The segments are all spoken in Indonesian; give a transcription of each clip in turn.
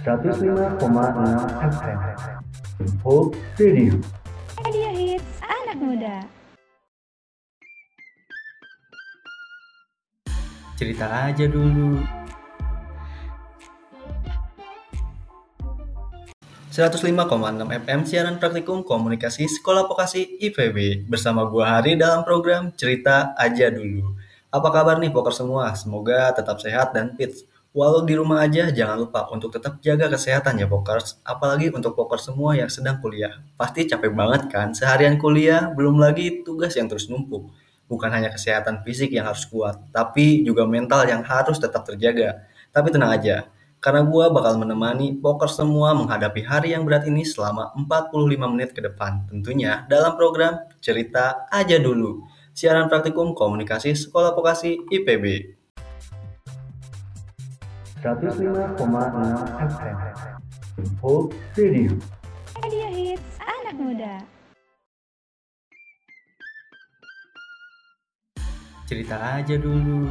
105,6 FM Info Radio. Media Hits Anak Muda. Cerita aja dulu. 105,6 FM siaran praktikum komunikasi Sekolah Vokasi IPB. Bersama gua Hari dalam program Cerita Aja Dulu. Apa kabar nih poker semua? Semoga tetap sehat dan fit. Walau di rumah aja, jangan lupa untuk tetap jaga kesehatan ya pokers. Apalagi untuk poker semua yang sedang kuliah. Pasti capek banget kan seharian kuliah, belum lagi tugas yang terus numpuk. Bukan hanya kesehatan fisik yang harus kuat, tapi juga mental yang harus tetap terjaga. Tapi tenang aja, karena gue bakal menemani poker semua menghadapi hari yang berat ini selama 45 menit ke depan. Tentunya dalam program Cerita Aja Dulu. Siaran praktikum komunikasi Sekolah Vokasi IPB. 105,6 FM Info Radio. Media Hits Anak Muda. Cerita aja dulu.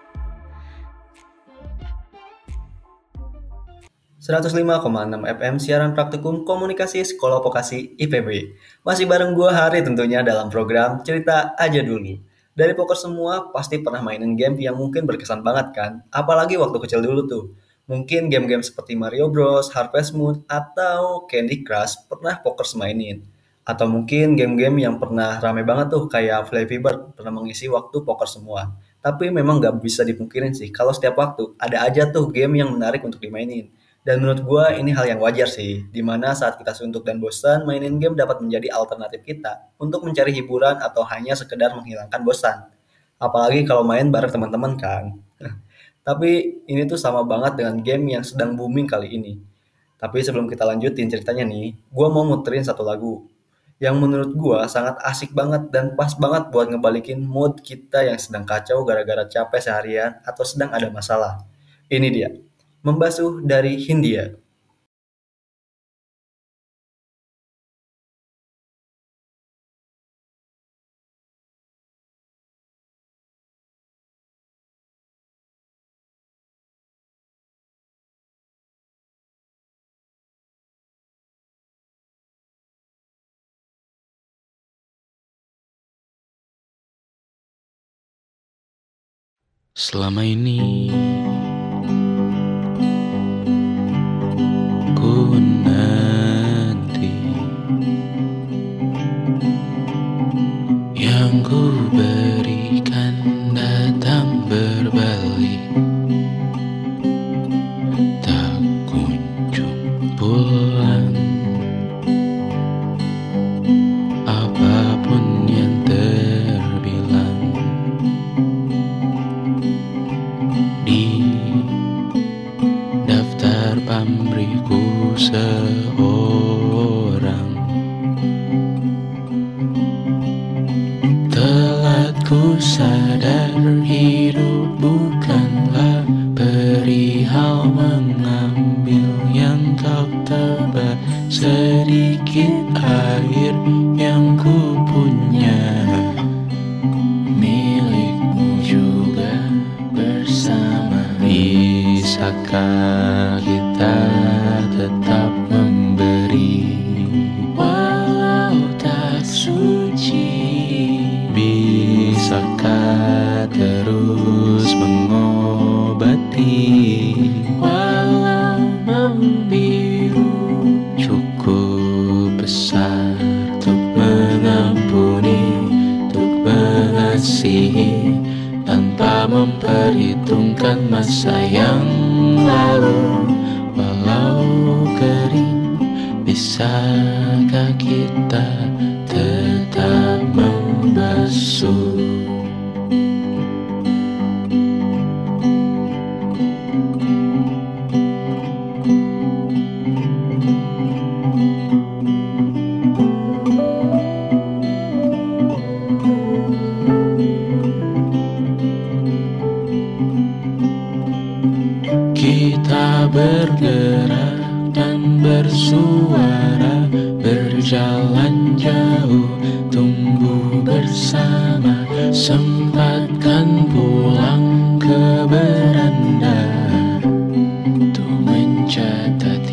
105,6 FM siaran praktikum komunikasi Sekolah Vokasi IPB. Masih bareng gua Hari tentunya dalam program Cerita Aja Dulu. Dari poker semua pasti pernah mainin game yang mungkin berkesan banget kan? Apalagi waktu kecil dulu tuh. Mungkin game-game seperti Mario Bros, Harvest Moon, atau Candy Crush pernah poker mainin. Atau mungkin game-game yang pernah rame banget tuh kayak Flappy Bird pernah mengisi waktu poker semua. Tapi memang nggak bisa dipungkirin sih kalau setiap waktu ada aja tuh game yang menarik untuk dimainin. Dan menurut gue ini hal yang wajar sih, dimana saat kita suntuk dan bosan, mainin game dapat menjadi alternatif kita untuk mencari hiburan atau hanya sekedar menghilangkan bosan. Apalagi kalau main bareng teman-teman kan. Tapi ini tuh sama banget dengan game yang sedang booming kali ini. Tapi sebelum kita lanjutin ceritanya nih, gue mau muterin satu lagu yang menurut gue sangat asik banget dan pas banget buat ngebalikin mood kita yang sedang kacau gara-gara capek seharian atau sedang ada masalah. Ini dia, Membasuh dari Hindia. Selama ini ku nanti yang ku berikan datang berbalik, tak kunjung pulang. Apapun yang terbilang di daftar pamrihku seorang, telah ku sadar hidup bukanlah perihal mengambil yang kau tebak. Sedikit air yang ku punya milikmu juga bersama. Bisakah kita tetap memberi walau tak suci? Bisakah terus mengobati walau membiru? Cukup besar untuk mengampuni, untuk mengasihi tanpa memperhitungkan masa yang lalu. Walau kering, bisakah kita tetap membasuh? Kita bergerak dan bersuara, berjalan jauh, tunggu bersama. Sempatkan pulang ke beranda untuk mencatat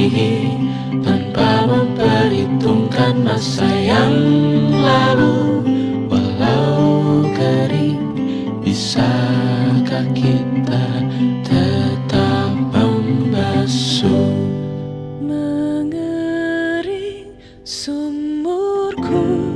mengasihi tanpa memperhitungkan masa yang lalu. Walau kering, bisakah kita tetap membasuh? Mengering sumurku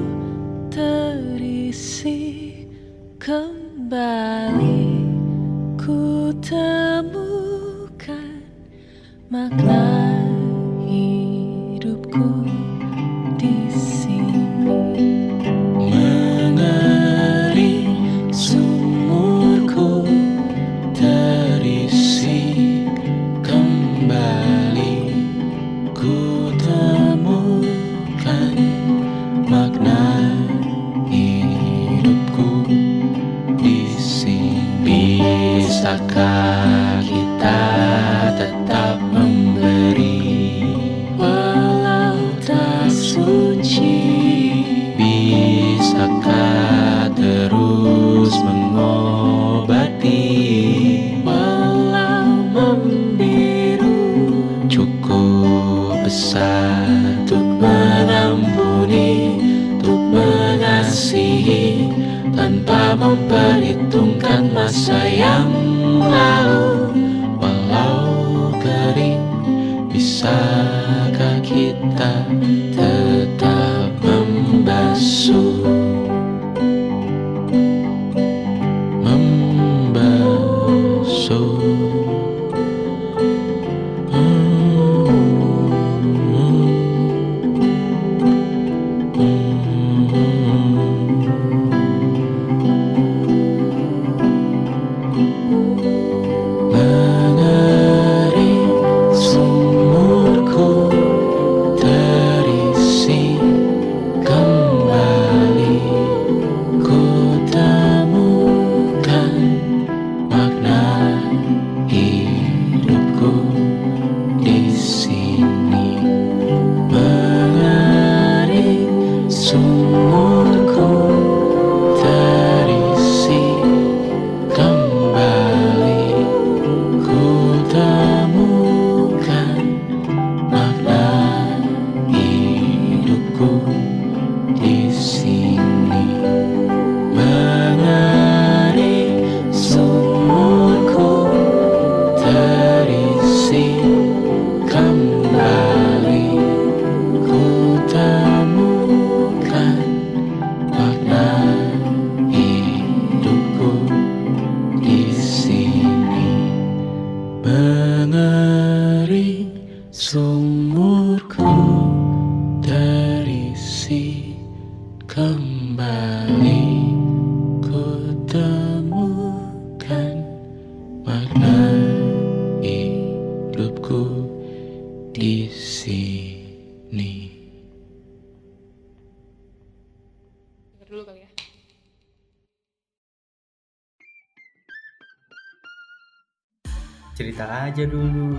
terisi kembali, ku temukan makna hidupku di sini. Mengering sumurku terisi kembali, ku temukan makna hidupku di sini. Bisakah kita tetap memberi walau tak suci? Bisakah terus mengobati walau membiru? Cukup besar untuk mengampuni, untuk mengasihi tanpa memperhitungkan masa yang lalu. Walau kering, bisakah kita tetap membasuh? Membasuh. Mengering sumurku terisi kembali, ku temukan makna hidupku di sini. Mengering sumurku terisi kembali, ku temukan makna hidupku di sini. Mengering sumurku terisi kembali, ku temukan makna hidupku di sini. Mengering sumurku terisi kembali, ku temukan makna hidupku di sini. Dengar dulu kali ya. Cerita aja dulu.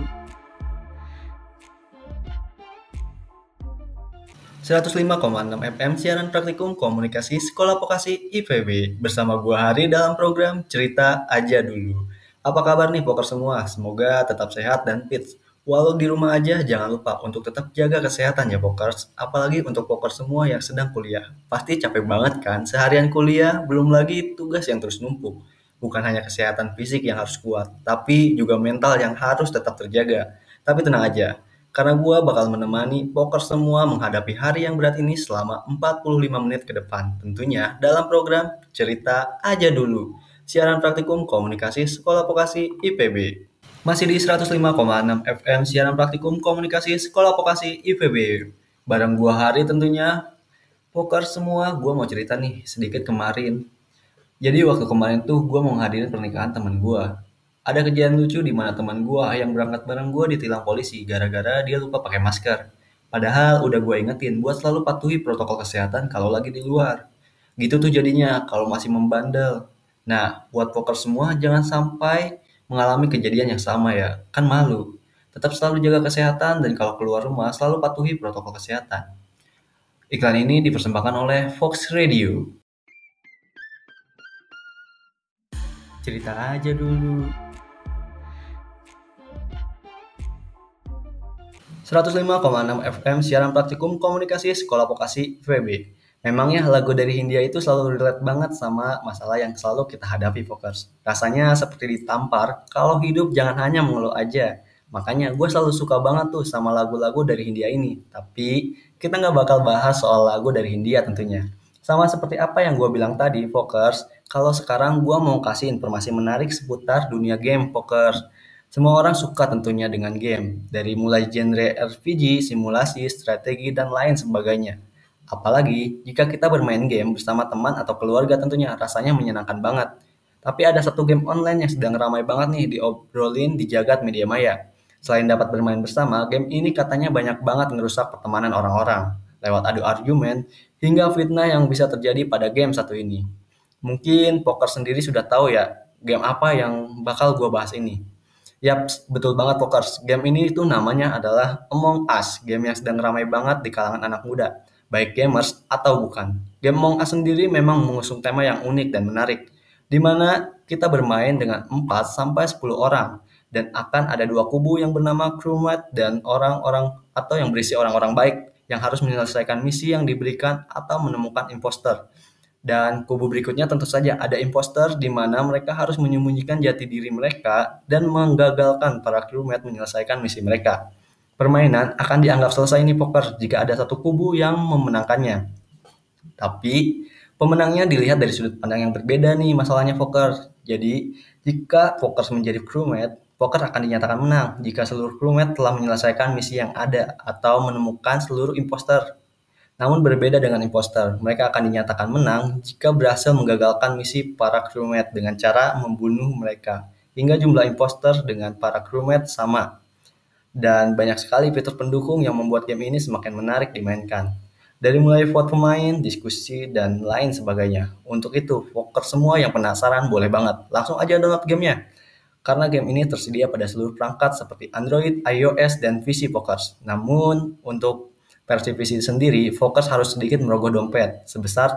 105,6 FM siaran praktikum komunikasi Sekolah Vokasi IPB. Bersama gua Hari dalam program Cerita Aja Dulu. Apa kabar nih poker semua? Semoga tetap sehat dan fit. Walau di rumah aja, jangan lupa untuk tetap jaga kesehatan ya pokers. Apalagi untuk poker semua yang sedang kuliah. Pasti capek banget kan seharian kuliah, belum lagi tugas yang terus numpuk. Bukan hanya kesehatan fisik yang harus kuat, tapi juga mental yang harus tetap terjaga. Tapi tenang aja, karena gua bakal menemani poker semua menghadapi hari yang berat ini selama 45 menit ke depan. Tentunya dalam program Cerita Aja Dulu. Siaran praktikum komunikasi Sekolah Vokasi IPB. Masih di 105,6 FM siaran praktikum komunikasi Sekolah Vokasi IPB. Bareng gua Hari tentunya. Poker semua, gua mau cerita nih sedikit kemarin. Jadi waktu kemarin tuh gue mau ngadirin pernikahan temen gue. Ada kejadian lucu di mana teman gue yang berangkat bareng gue ditilang polisi gara-gara dia lupa pakai masker. Padahal udah gue ingetin buat selalu patuhi protokol kesehatan kalau lagi di luar. Gitu tuh jadinya kalau masih membandel. Nah, buat poker semua jangan sampai mengalami kejadian yang sama ya. Kan malu. Tetap selalu jaga kesehatan dan kalau keluar rumah selalu patuhi protokol kesehatan. Iklan ini dipersembahkan oleh Fox Radio. Cerita aja dulu. 105,6 FM siaran praktikum komunikasi sekolah vokasi IPB. Memangnya lagu dari Hindia itu selalu relate banget sama masalah yang selalu kita hadapi Pokers. Rasanya seperti ditampar, kalau hidup jangan hanya mengeluh aja. Makanya gue selalu suka banget tuh sama lagu-lagu dari Hindia ini. Tapi kita nggak bakal bahas soal lagu dari Hindia tentunya. Sama seperti apa yang gue bilang tadi, Pokers, kalau sekarang gue mau kasih informasi menarik seputar dunia game Pokers. Semua orang suka tentunya dengan game, dari mulai genre RPG, simulasi, strategi, dan lain sebagainya. Apalagi jika kita bermain game bersama teman atau keluarga tentunya rasanya menyenangkan banget. Tapi ada satu game online yang sedang ramai banget nih diobrolin di jagat media maya. Selain dapat bermain bersama, game ini katanya banyak banget ngerusak pertemanan orang-orang. Lewat adu argumen, hingga fitnah yang bisa terjadi pada game satu ini. Mungkin Poker sendiri sudah tahu ya, game apa yang bakal gue bahas ini. Yap, betul banget Pokers. Game ini itu namanya adalah Among Us, game yang sedang ramai banget di kalangan anak muda, baik gamers atau bukan. Game Among Us sendiri memang mengusung tema yang unik dan menarik, di mana kita bermain dengan 4 sampai 10 orang dan akan ada dua kubu yang bernama crewmate dan orang-orang atau yang berisi orang-orang baik yang harus menyelesaikan misi yang diberikan atau menemukan imposter. Dan kubu berikutnya tentu saja ada imposter di mana mereka harus menyembunyikan jati diri mereka dan menggagalkan para crewmate menyelesaikan misi mereka. Permainan akan dianggap selesai nih Poker jika ada satu kubu yang memenangkannya. Tapi pemenangnya dilihat dari sudut pandang yang berbeda nih masalahnya Poker. Jadi jika Poker menjadi crewmate, Poker akan dinyatakan menang jika seluruh crewmate telah menyelesaikan misi yang ada atau menemukan seluruh imposter. Namun berbeda dengan imposter, mereka akan dinyatakan menang jika berhasil menggagalkan misi para crewmate dengan cara membunuh mereka, hingga jumlah imposter dengan para crewmate sama. Dan banyak sekali fitur pendukung yang membuat game ini semakin menarik dimainkan. Dari mulai vote pemain, diskusi, dan lain sebagainya. Untuk itu, poker semua yang penasaran boleh banget, langsung aja download gamenya. Karena game ini tersedia pada seluruh perangkat seperti Android, iOS, dan PC Pokers. Namun, untuk versi PC sendiri, Focus harus sedikit merogoh dompet sebesar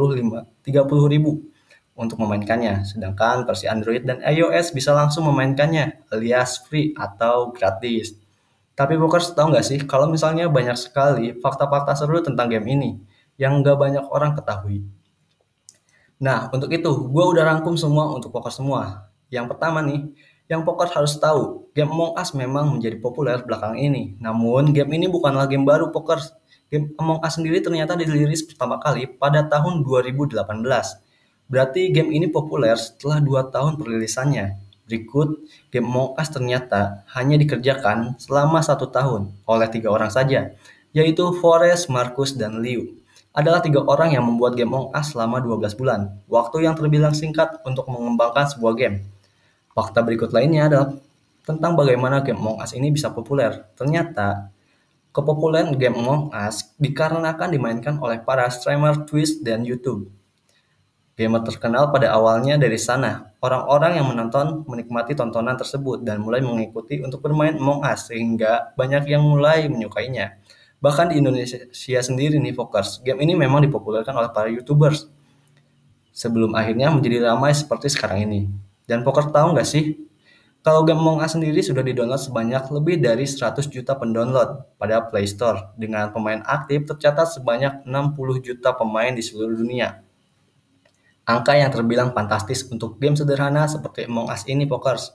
30.000 untuk memainkannya. Sedangkan versi Android dan iOS bisa langsung memainkannya alias free atau gratis. Tapi Focus tahu nggak sih kalau misalnya banyak sekali fakta-fakta seru tentang game ini yang nggak banyak orang ketahui. Nah, untuk itu, gue udah rangkum semua untuk Pokers semua. Yang pertama nih, yang Pokers harus tahu, game Among Us memang menjadi populer belakangan ini. Namun, game ini bukanlah game baru Pokers. Game Among Us sendiri ternyata dirilis pertama kali pada tahun 2018. Berarti game ini populer setelah 2 tahun perilisannya. Berikut, game Among Us ternyata hanya dikerjakan selama 1 tahun oleh 3 orang saja, yaitu Forrest, Marcus, dan Liu. Adalah 3 orang yang membuat game Among Us selama 12 bulan, waktu yang terbilang singkat untuk mengembangkan sebuah game. Fakta berikut lainnya adalah tentang bagaimana game Among Us ini bisa populer. Ternyata, kepopuleran game Among Us dikarenakan dimainkan oleh para streamer Twitch dan YouTube. Gamer terkenal pada awalnya dari sana. Orang-orang yang menonton menikmati tontonan tersebut dan mulai mengikuti untuk bermain Among Us sehingga banyak yang mulai menyukainya. Bahkan di Indonesia sendiri nih Fokers, game ini memang dipopulerkan oleh para YouTubers sebelum akhirnya menjadi ramai seperti sekarang ini. Dan Poker tahu nggak sih, kalau game Among Us sendiri sudah didownload sebanyak lebih dari 100 juta pendownload pada Play Store. Dengan pemain aktif tercatat sebanyak 60 juta pemain di seluruh dunia. Angka yang terbilang fantastis untuk game sederhana seperti Among Us ini Pokers.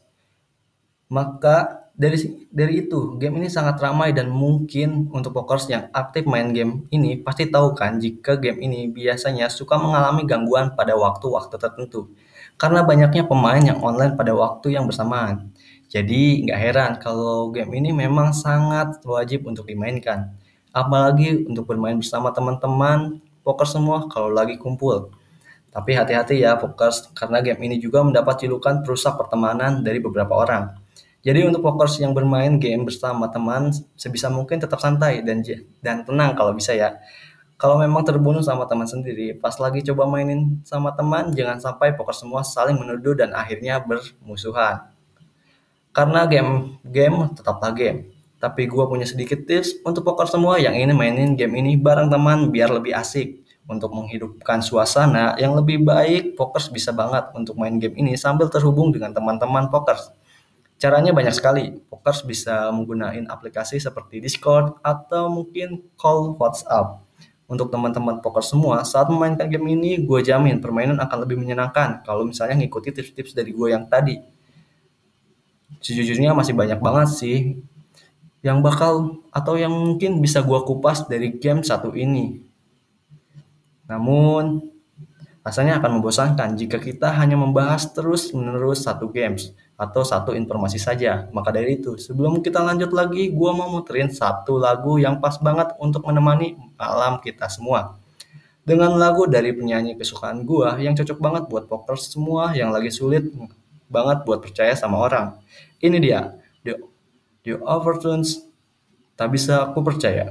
Maka dari itu, game ini sangat ramai dan mungkin untuk pokers yang aktif main game ini pasti tahu kan jika game ini biasanya suka mengalami gangguan pada waktu-waktu tertentu. Karena banyaknya pemain yang online pada waktu yang bersamaan. Jadi nggak heran kalau game ini memang sangat wajib untuk dimainkan. Apalagi untuk bermain bersama teman-teman poker semua kalau lagi kumpul. Tapi hati-hati ya pokers, karena game ini juga mendapat julukan perusak pertemanan dari beberapa orang. Jadi untuk pokers yang bermain game bersama teman sebisa mungkin tetap santai dan tenang kalau bisa ya. Kalau memang terbunuh sama teman sendiri, pas lagi coba mainin sama teman, jangan sampai poker semua saling menuduh dan akhirnya bermusuhan. Karena game tetaplah game. Tapi gue punya sedikit tips untuk poker semua yang ingin mainin game ini bareng teman biar lebih asik. Untuk menghidupkan suasana yang lebih baik, pokers bisa banget untuk main game ini sambil terhubung dengan teman-teman pokers. Caranya banyak sekali. Pokers bisa menggunakan aplikasi seperti Discord atau mungkin call WhatsApp. Untuk teman-teman poker semua, saat memainkan game ini, gue jamin permainan akan lebih menyenangkan kalau misalnya ngikuti tips-tips dari gue yang tadi. Sejujurnya masih banyak banget sih yang bakal atau yang mungkin bisa gue kupas dari game satu ini. Namun, rasanya akan membosankan jika kita hanya membahas terus-menerus satu games atau satu informasi saja. Maka dari itu, sebelum kita lanjut lagi, gue mau muterin satu lagu yang pas banget untuk menemani malam kita semua. Dengan lagu dari penyanyi kesukaan gue yang cocok banget buat pokers semua yang lagi sulit banget buat percaya sama orang. Ini dia, The Overtones, Tak Bisa Aku Percaya.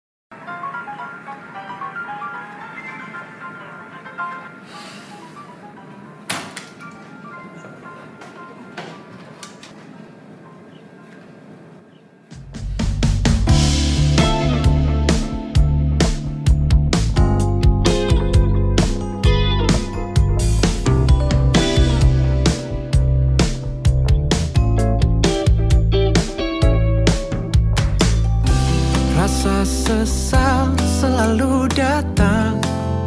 Rasa sesal selalu datang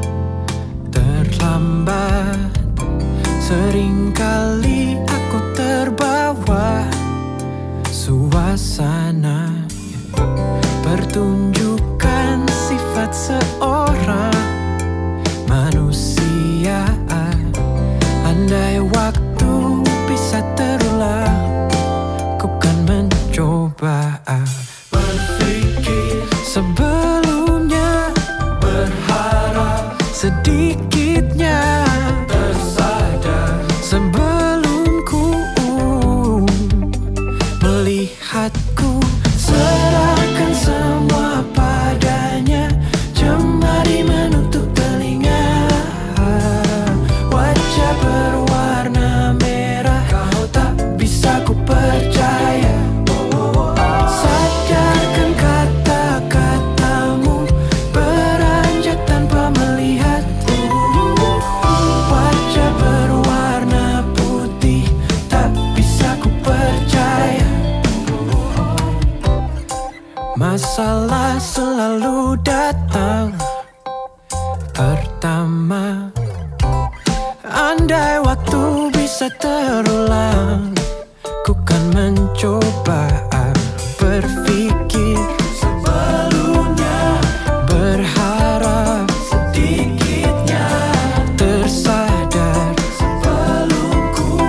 terlambat. Seringkali aku terbawa suasana pertunjukan sifat seorang manusia. Andai waktu bisa terulang, ku kan mencoba. Sebelumnya berharap, sedikitnya tersadar. Sebelum ku melihatku, serahkan semua padanya. Jemari menutup telinga, wajah berwarna merah. Kau tak bisa ku percaya. Sadarkan kata-katamu beranjak tanpa melihat. Wajah berwarna putih, tak bisa ku percaya. Masalah selalu datang pertama. Andai waktu bisa terulang, ku kan mencoba berpikir sebelumnya, berharap sedikitnya tersadar. Sebelum ku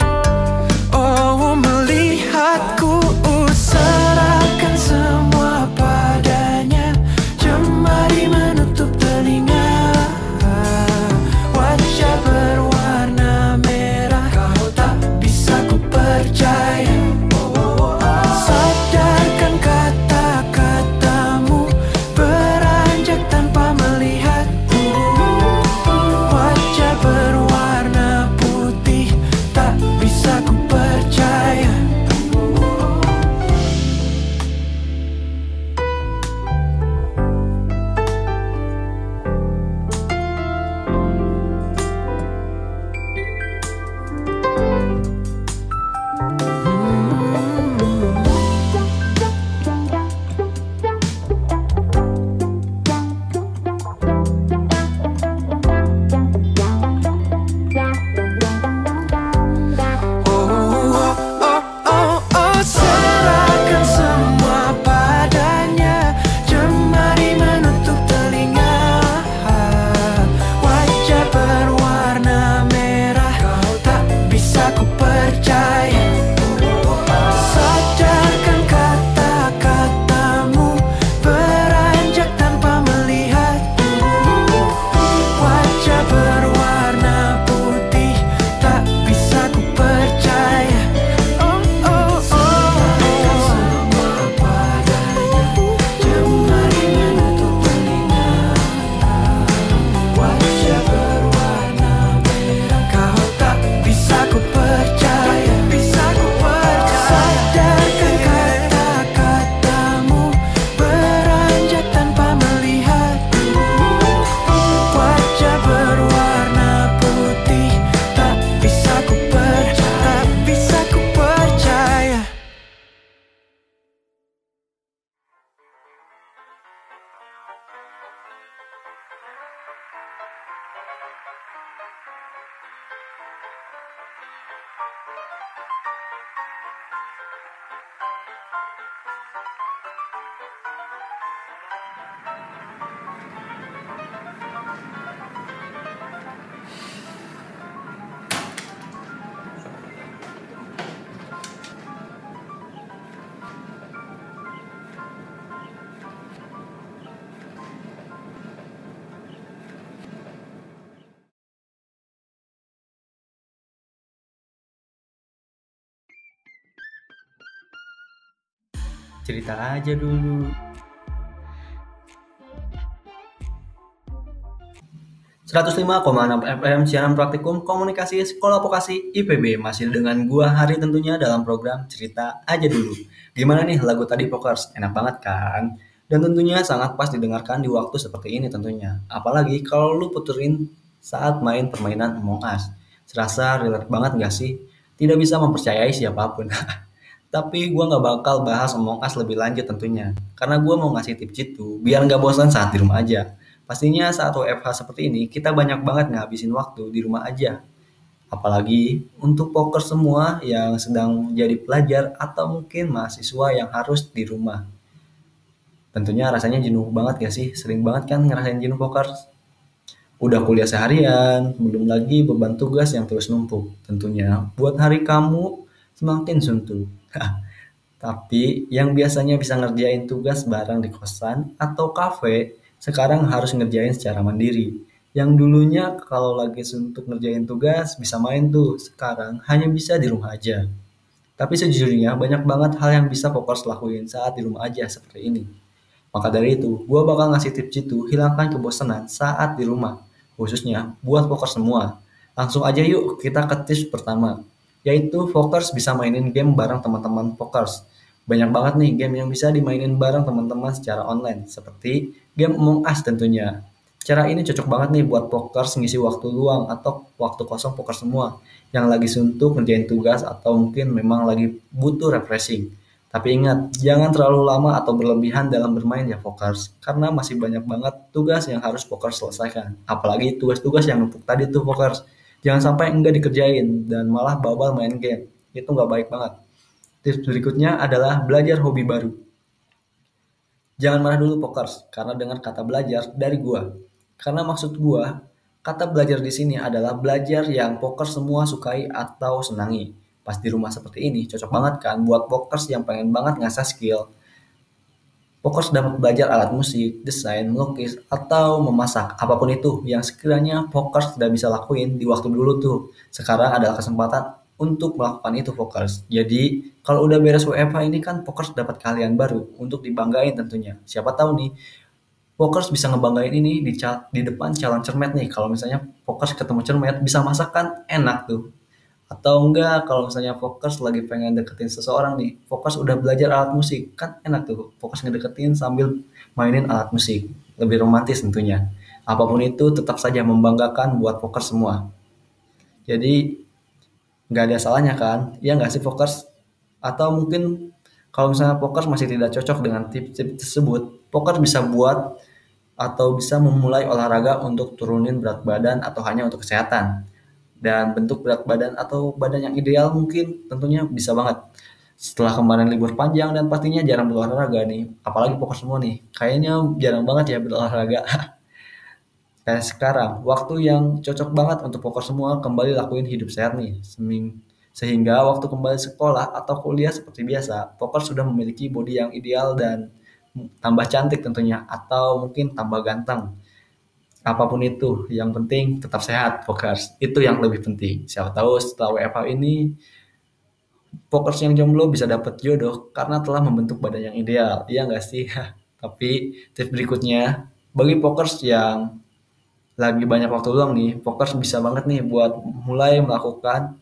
melihatku, serahkan semua padanya. Jemari menutup telinga, wajah berwarna merah. Kau tak bisa ku percaya. cerita aja dulu. 105,6 FM siaran praktikum komunikasi sekolah vokasi IPB masih dengan gua Hari tentunya dalam program cerita aja dulu. Gimana nih lagu tadi Pokers? Enak banget kan? Dan tentunya sangat pas didengarkan di waktu seperti ini tentunya. Apalagi kalau lu puterin saat main permainan Among Us. Serasa relate banget gak sih? Tidak bisa mempercayai siapapun. Tapi gua nggak bakal bahas Among Us lebih lanjut tentunya. Karena gua mau ngasih tips itu biar nggak bosan saat di rumah aja. Pastinya saat WFH seperti ini, kita banyak banget ngabisin waktu di rumah aja. Apalagi untuk poker semua yang sedang jadi pelajar atau mungkin mahasiswa yang harus di rumah. Tentunya rasanya jenuh banget gak sih? Sering banget kan ngerasain jenuh poker? Udah kuliah seharian, belum lagi beban tugas yang terus numpuk. Tentunya buat hari kamu semakin suntuk. Tapi yang biasanya bisa ngerjain tugas bareng di kosan atau kafe, sekarang harus ngerjain secara mandiri. Yang dulunya kalau lagi suntuk ngerjain tugas bisa main tuh, sekarang hanya bisa di rumah aja. Tapi sejujurnya banyak banget hal yang bisa fokus lakuin saat di rumah aja seperti ini. Maka dari itu, gue bakal ngasih tips itu hilangkan kebosanan saat di rumah, khususnya buat fokus semua. Langsung aja yuk kita ke tips pertama, yaitu Pokers bisa mainin game bareng teman-teman Pokers. Banyak banget nih game yang bisa dimainin bareng teman-teman secara online, seperti game Among Us tentunya. Cara ini cocok banget nih buat Pokers ngisi waktu luang atau waktu kosong Pokers semua, yang lagi suntuk ngerjain tugas atau mungkin memang lagi butuh refreshing. Tapi ingat, jangan terlalu lama atau berlebihan dalam bermain ya Pokers, karena masih banyak banget tugas yang harus Pokers selesaikan. Apalagi tugas-tugas yang numpuk tadi tuh Pokers. Jangan sampai enggak dikerjain dan malah babal main game. Itu nggak baik banget. Tips berikutnya adalah belajar hobi baru. Jangan marah dulu Pokers, karena dengar kata belajar dari gua. Karena maksud gua, kata belajar di sini adalah belajar yang Pokers semua sukai atau senangi. Pas di rumah seperti ini, cocok banget kan buat Pokers yang pengen banget ngasah skill. Pokers dapat belajar alat musik, desain, melukis, atau memasak. Apapun itu yang sekiranya Pokers tidak bisa lakuin di waktu dulu tuh. Sekarang adalah kesempatan untuk melakukan itu Pokers. Jadi kalau udah beres WFH ini kan Pokers dapat keahlian baru untuk dibanggain tentunya. Siapa tahu nih Pokers bisa ngebanggain ini di depan calon cermet nih. Kalau misalnya Pokers ketemu cermet bisa masak kan enak tuh. Atau enggak kalau misalnya Pokers lagi pengen deketin seseorang nih, Pokers udah belajar alat musik, kan enak tuh. Pokers ngedeketin sambil mainin alat musik. Lebih romantis tentunya. Apapun itu tetap saja membanggakan buat Pokers semua. Jadi nggak ada salahnya kan? Iya nggak sih Pokers? Atau mungkin kalau misalnya Pokers masih tidak cocok dengan tips-tips tersebut, Pokers bisa buat atau bisa memulai olahraga untuk turunin berat badan atau hanya untuk kesehatan. Dan bentuk berat badan atau badan yang ideal mungkin tentunya bisa banget. Setelah kemarin libur panjang dan pastinya jarang berolahraga nih, apalagi Pokers semua nih, kayaknya jarang banget ya berolahraga. Kayak sekarang, waktu yang cocok banget untuk Pokers semua kembali lakuin hidup sehat nih. Sehingga waktu kembali sekolah atau kuliah seperti biasa, Pokers sudah memiliki body yang ideal dan tambah cantik tentunya, atau mungkin tambah ganteng. Apapun itu, yang penting tetap sehat, Pokers. Itu yang lebih penting. Siapa tahu setelah WFH ini, Pokers yang jomblo bisa dapat jodoh karena telah membentuk badan yang ideal. Iya nggak sih? Tapi tips berikutnya, bagi Pokers yang lagi banyak waktu luang nih, Pokers bisa banget nih buat mulai melakukan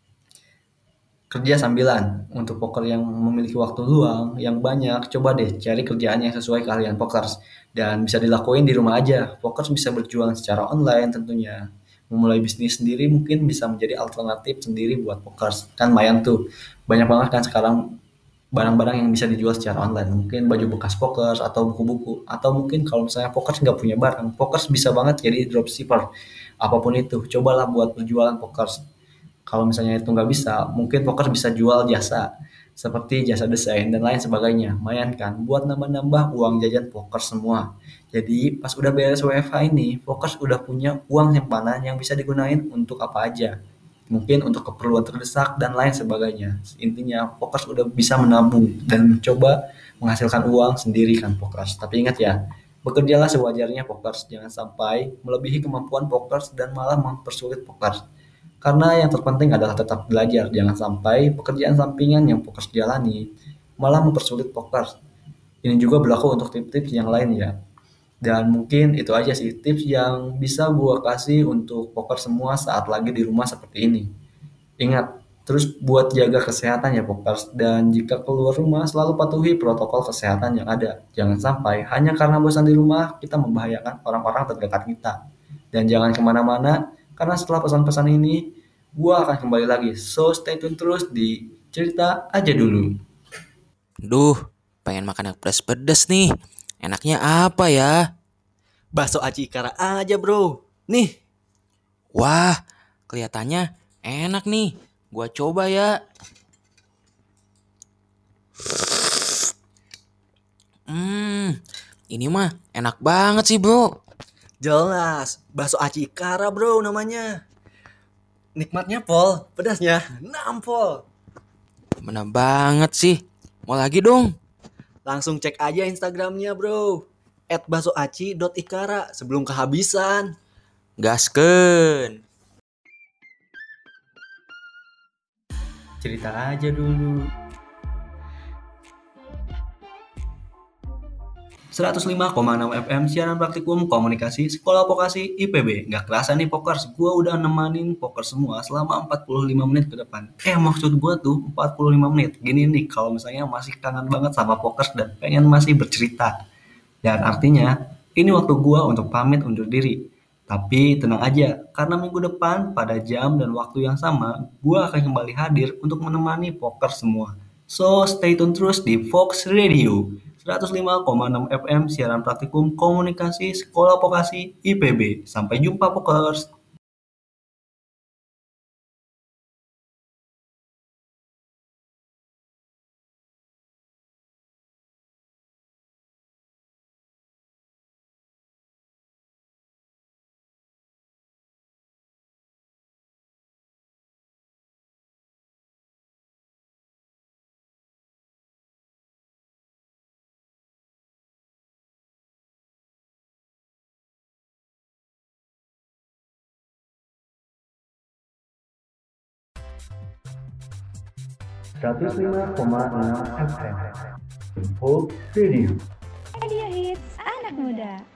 kerja sambilan. Untuk Poker yang memiliki waktu luang yang banyak, coba deh cari kerjaan yang sesuai keahlian Pokers. Dan bisa dilakuin di rumah aja. Pokers bisa berjualan secara online tentunya. Memulai bisnis sendiri mungkin bisa menjadi alternatif sendiri buat Pokers. Kan lumayan tuh. Banyak banget kan sekarang barang-barang yang bisa dijual secara online. Mungkin baju bekas Pokers atau buku-buku. Atau mungkin kalau misalnya Pokers nggak punya barang, Pokers bisa banget jadi dropshipper. Apapun itu, cobalah buat berjualan Pokers. Kalau misalnya itu nggak bisa, mungkin Pokers bisa jual jasa seperti jasa desain dan lain sebagainya. Lumayan kan buat nambah-nambah uang jajan Pokers semua. Jadi pas udah beres WFH ini, Pokers udah punya uang simpanan yang bisa digunain untuk apa aja. Mungkin untuk keperluan terdesak dan lain sebagainya. Intinya Pokers udah bisa menabung dan mencoba menghasilkan uang sendiri kan Pokers. Tapi ingat ya, bekerjalah sewajarnya Pokers. Jangan sampai melebihi kemampuan Pokers dan malah mempersulit Pokers. Karena yang terpenting adalah tetap belajar. Jangan sampai pekerjaan sampingan yang Pokers jalani malah mempersulit poker. Ini juga berlaku untuk tips-tips yang lain ya. Dan mungkin itu aja sih tips yang bisa gua kasih untuk poker semua saat lagi di rumah seperti ini. Ingat, terus buat jaga kesehatan ya pokers, dan jika keluar rumah selalu patuhi protokol kesehatan yang ada. Jangan sampai hanya karena bosan di rumah kita membahayakan orang-orang terdekat kita. Dan jangan kemana-mana, karena setelah pesan-pesan ini, gua akan kembali lagi. So stay tune terus di cerita aja dulu. Duh, pengen makan yang pedas-pedas nih. Enaknya apa ya? Bakso aci ikara aja bro. Nih, Wah, kelihatannya enak nih. Gua coba ya. Ini mah enak banget sih, bro. jelas. Bakso aci ikara bro namanya. Nikmatnya pol, pedasnya nampol. Bener banget sih. Mau lagi dong. Langsung cek aja Instagramnya bro. @baksoaci.ikara sebelum kehabisan. Gaskeun. Cerita aja dulu. 105,6 FM siaran praktikum komunikasi sekolah vokasi IPB. Nggak kerasa nih pokers, gue udah nemanin poker semua selama 45 menit ke depan. Maksud gue tuh 45 menit. Gini nih, kalau misalnya masih kangen banget sama pokers dan pengen masih bercerita. Dan artinya, ini waktu gue untuk pamit undur diri. Tapi tenang aja, karena minggu depan pada jam dan waktu yang sama, gue akan kembali hadir untuk menemani poker semua. So, stay tune terus di Fox Radio 105,6 FM siaran praktikum komunikasi sekolah vokasi IPB. Sampai jumpa pokers. Seratus lima koma enam FM. Info Radio. Media Hits Anak Muda.